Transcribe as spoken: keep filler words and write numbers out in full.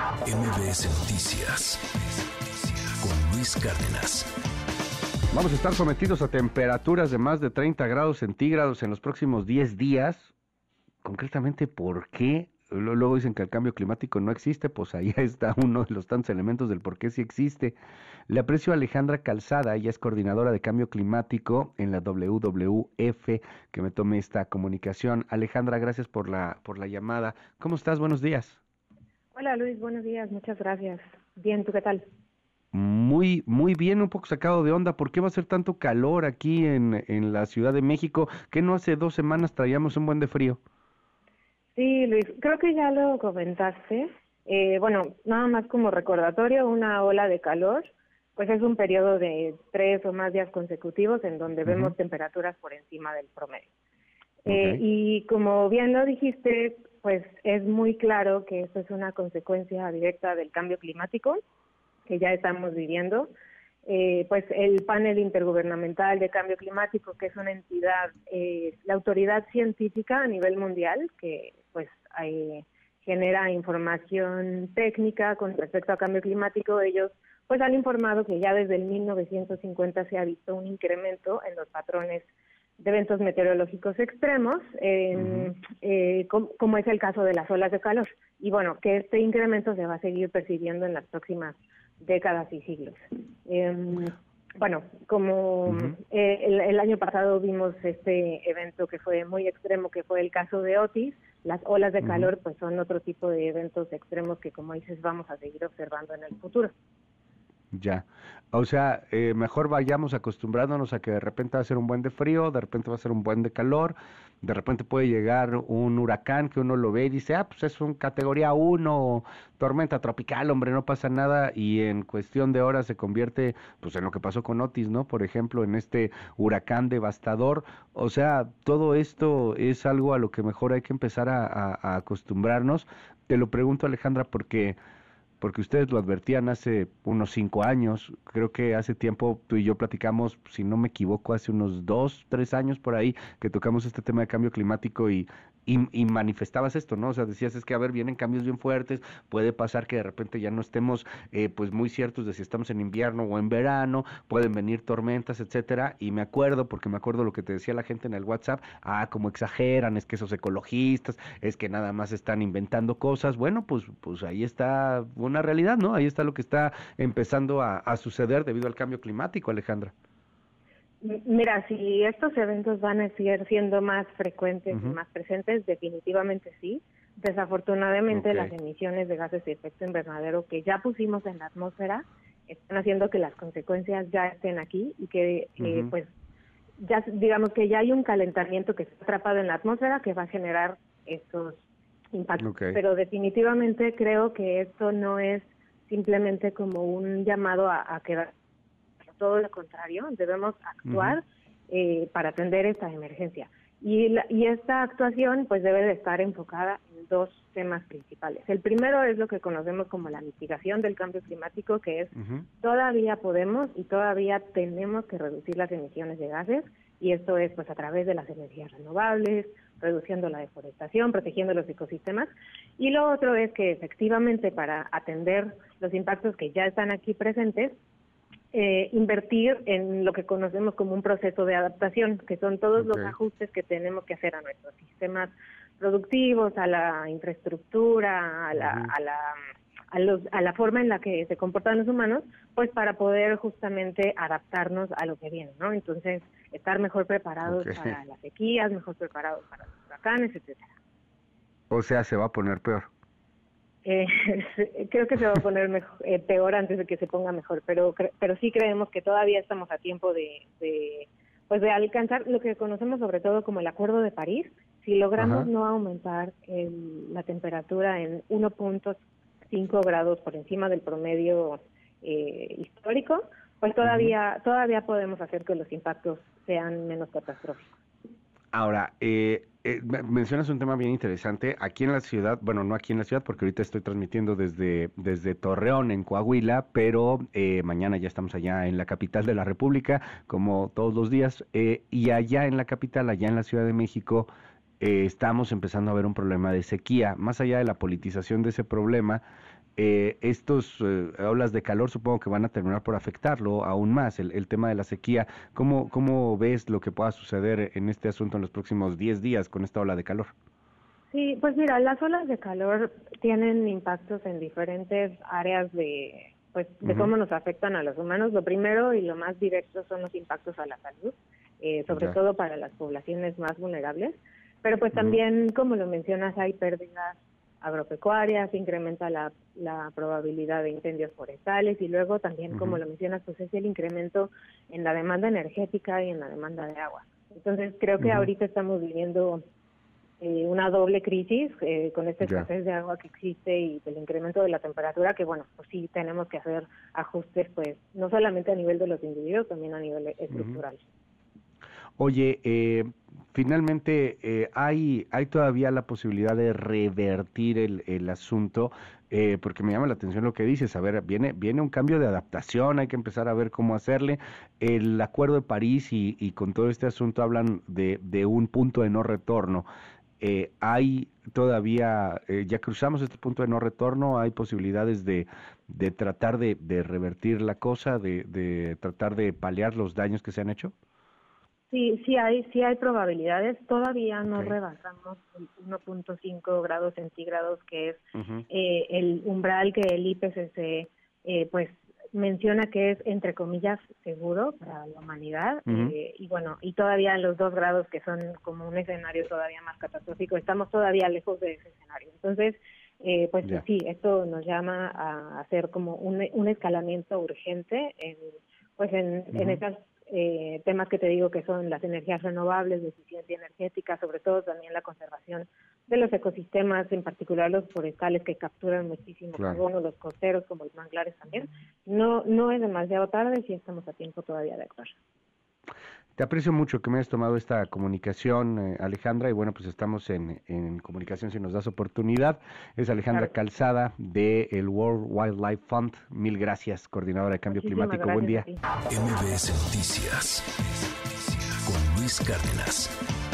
M B S Noticias con Luis Cárdenas. Vamos a estar sometidos a temperaturas de más de treinta grados centígrados en los próximos diez días. Concretamente, ¿por qué? Luego dicen que el cambio climático no existe, pues ahí está uno de los tantos elementos del por qué sí existe. Le aprecio a Alejandra Calzada, ella es coordinadora de cambio climático en la W W F, que me tome esta comunicación. Alejandra, gracias por la, por la llamada. ¿Cómo estás? Buenos días. Hola Luis, buenos días, muchas gracias. Bien, ¿tú qué tal? Muy, muy bien, un poco sacado de onda. ¿Por qué va a ser tanto calor aquí en, en la Ciudad de México? ¿Que no hace dos semanas traíamos un buen de frío? Sí, Luis, creo que ya lo comentaste. Eh, bueno, nada más como recordatorio, una ola de calor, pues es un periodo de tres o más días consecutivos en donde uh-huh. vemos temperaturas por encima del promedio. Okay. Eh, y como bien lo dijiste, pues es muy claro que esto es una consecuencia directa del cambio climático que ya estamos viviendo. Eh, pues el panel intergubernamental de cambio climático, que es una entidad, eh, la autoridad científica a nivel mundial, que pues eh, genera información técnica con respecto a cambio climático, ellos pues han informado que ya desde el mil novecientos cincuenta se ha visto un incremento en los patrones de eventos meteorológicos extremos, eh, uh-huh. eh, com- como es el caso de las olas de calor. Y bueno, que este incremento se va a seguir percibiendo en las próximas décadas y siglos. Eh, bueno, como uh-huh. eh, el, el año pasado vimos este evento que fue muy extremo, que fue el caso de Otis, las olas de uh-huh. calor pues son otro tipo de eventos extremos que, como dices, vamos a seguir observando en el futuro. Ya, o sea, eh, mejor vayamos acostumbrándonos a que de repente va a ser un buen de frío, de repente va a ser un buen de calor, de repente puede llegar un huracán que uno lo ve y dice, ah, pues es un categoría uno, tormenta tropical, hombre, no pasa nada, y en cuestión de horas se convierte, pues en lo que pasó con Otis, ¿no? Por ejemplo, en este huracán devastador. O sea, todo esto es algo a lo que mejor hay que empezar a, a, a acostumbrarnos. Te lo pregunto, Alejandra, porque... porque ustedes lo advertían hace unos cinco años, creo que hace tiempo tú y yo platicamos, si no me equivoco, hace unos dos, tres años por ahí, que tocamos este tema de cambio climático y, y, y manifestabas esto, ¿no? O sea, decías, es que a ver, vienen cambios bien fuertes, puede pasar que de repente ya no estemos eh, pues muy ciertos de si estamos en invierno o en verano, pueden venir tormentas, etcétera, y me acuerdo, porque me acuerdo lo que te decía la gente en el WhatsApp, ah, como exageran, es que esos ecologistas, es que nada más están inventando cosas. Bueno, pues, pues ahí está una realidad, ¿no? Ahí está lo que está empezando a, a suceder debido al cambio climático, Alejandra. Mira, si estos eventos van a seguir siendo más frecuentes uh-huh. y más presentes, definitivamente sí. Desafortunadamente, okay. las emisiones de gases de efecto invernadero que ya pusimos en la atmósfera están haciendo que las consecuencias ya estén aquí y que, uh-huh. eh, pues, ya digamos que ya hay un calentamiento que está atrapado en la atmósfera que va a generar estos impacto. Okay. Pero definitivamente creo que esto no es simplemente como un llamado a, a quedar, todo lo contrario, debemos actuar uh-huh. eh, para atender esta emergencia. Y, la, y esta actuación pues debe de estar enfocada en dos temas principales. El primero es lo que conocemos como la mitigación del cambio climático, que es uh-huh. todavía podemos y todavía tenemos que reducir las emisiones de gases, y esto es pues a través de las energías renovables, reduciendo la deforestación, protegiendo los ecosistemas. Y lo otro es que efectivamente para atender los impactos que ya están aquí presentes, eh, invertir en lo que conocemos como un proceso de adaptación, que son todos okay. los ajustes que tenemos que hacer a nuestros sistemas productivos, a la infraestructura, a la, uh-huh. a la a, los, a la forma en la que se comportan los humanos, pues para poder justamente adaptarnos a lo que viene, ¿no? Entonces, estar mejor preparados okay. para las sequías, mejor preparados para los huracanes, etcétera. O sea, se va a poner peor. Eh, creo que se va a poner mejor, eh, peor antes de que se ponga mejor, pero pero sí creemos que todavía estamos a tiempo de, de pues de alcanzar lo que conocemos sobre todo como el Acuerdo de París. Si logramos Ajá. no aumentar el, la temperatura en uno punto cinco grados por encima del promedio eh, histórico, pues todavía uh-huh. todavía podemos hacer que los impactos sean menos catastróficos. Ahora, eh, eh, mencionas un tema bien interesante. Aquí en la ciudad, bueno, no aquí en la ciudad, porque ahorita estoy transmitiendo desde, desde Torreón, en Coahuila, pero eh, mañana ya estamos allá en la capital de la República, como todos los días, eh, y allá en la capital, allá en la Ciudad de México, eh, estamos empezando a ver un problema de sequía. Más allá de la politización de ese problema, eh, estos eh, olas de calor supongo que van a terminar por afectarlo aún más, el, el tema de la sequía. ¿Cómo, cómo ves lo que pueda suceder en este asunto en los próximos diez días con esta ola de calor? Sí, pues mira, las olas de calor tienen impactos en diferentes áreas de pues de uh-huh. cómo nos afectan a los humanos. Lo primero y lo más directo son los impactos a la salud, eh, sobre ya. todo para las poblaciones más vulnerables, pero pues uh-huh. también, como lo mencionas, hay pérdidas agropecuarias, incrementa la, la probabilidad de incendios forestales y luego también, uh-huh. como lo mencionas, pues es el incremento en la demanda energética y en la demanda de agua. Entonces creo que uh-huh. ahorita estamos viviendo Eh, una doble crisis eh, con esta escasez yeah. de agua que existe y el incremento de la temperatura, que bueno, pues sí tenemos que hacer ajustes, pues no solamente a nivel de los individuos, también a nivel estructural. Uh-huh. Oye, eh, finalmente eh, hay hay todavía la posibilidad de revertir el, el asunto, eh, porque me llama la atención lo que dices. A ver, viene viene un cambio de adaptación, hay que empezar a ver cómo hacerle. El Acuerdo de París y, y con todo este asunto hablan de, de un punto de no retorno. Eh, hay todavía, eh, ya cruzamos este punto de no retorno, hay posibilidades de, de tratar de, de revertir la cosa, de, de tratar de paliar los daños que se han hecho. Sí, sí hay, sí hay probabilidades. Todavía no okay. rebasamos el uno punto cinco grados centígrados, que es uh-huh. eh, el umbral que el I P C C eh, pues menciona que es, entre comillas, seguro para la humanidad. Uh-huh. eh, y bueno, y todavía los dos grados, que son como un escenario todavía más catastrófico, estamos todavía lejos de ese escenario. Entonces, eh, pues yeah. sí, esto nos llama a hacer como un, un escalamiento urgente en, pues en, uh-huh. en esas Eh, temas que te digo que son las energías renovables, la eficiencia energética, sobre todo también la conservación de los ecosistemas, en particular los forestales que capturan muchísimo claro. carbono, los costeros como los manglares también. No no es demasiado tarde, sí estamos a tiempo todavía de actuar. Te aprecio mucho que me hayas tomado esta comunicación, eh, Alejandra, y bueno, pues estamos en, en comunicación si nos das oportunidad. Es Alejandra claro. Calzada de el World Wildlife Fund. Mil gracias, coordinadora de Cambio Muchísimas Climático. Buen día. M B S Noticias con Luis Cárdenas.